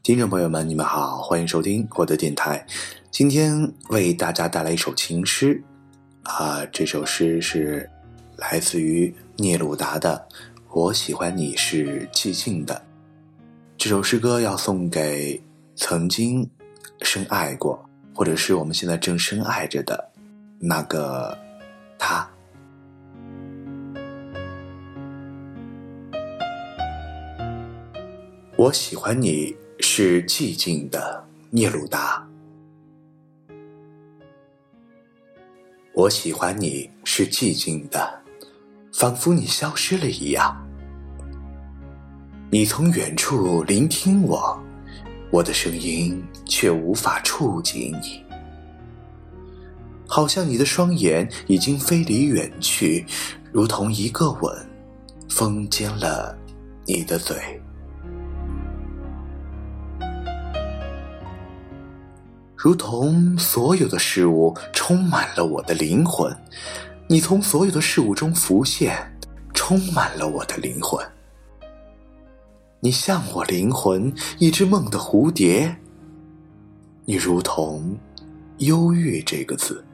听众朋友们，你们好，欢迎收听我的电台。今天为大家带来一首情诗这首诗是来自于聂鲁达的《我喜欢你是寂静的》。这首诗歌要送给曾经深爱过，或者是我们现在正深爱着的那个他。我喜欢你是寂静的，聂鲁达。我喜欢你是寂静的，仿佛你消失了一样。你从远处聆听我，我的声音却无法触及你。好像你的双眼已经飞离远去，如同一个吻封缄了你的嘴。如同所有的事物充满了我的灵魂，你从所有的事物中浮现，充满了我的灵魂。你像我灵魂一只梦的蝴蝶，你如同忧郁这个字。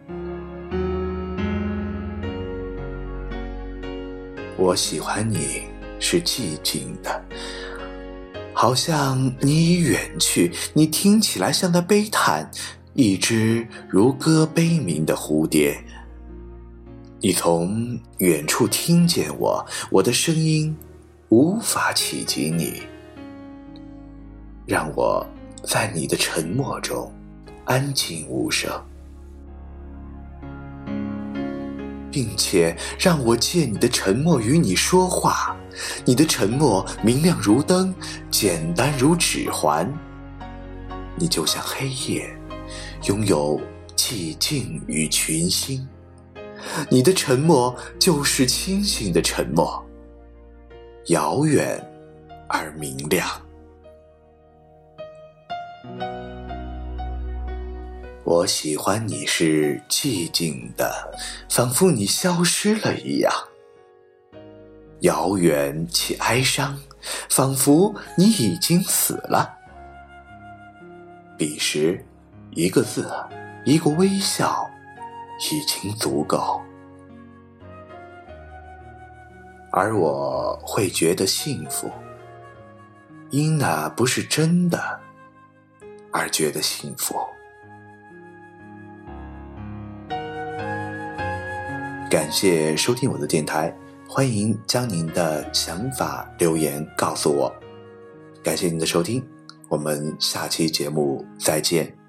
我喜欢你是寂静的，好像你已远去，你听起来像在悲叹，一只如歌悲鸣的蝴蝶。你从远处听见我，我的声音无法企及你，让我在你的沉默中安静无声，并且让我借你的沉默与你说话。你的沉默明亮如灯，简单如指环。你就像黑夜，拥有寂静与群星。你的沉默就是清醒的沉默，遥远而明亮。我喜欢你是寂静的，仿佛你消失了一样。遥远且哀伤，仿佛你已经死了。彼时，一个字，一个微笑，已经足够。而我会觉得幸福，因那不是真的而觉得幸福。感谢收听我的电台，欢迎将您的想法留言告诉我。感谢您的收听，我们下期节目再见。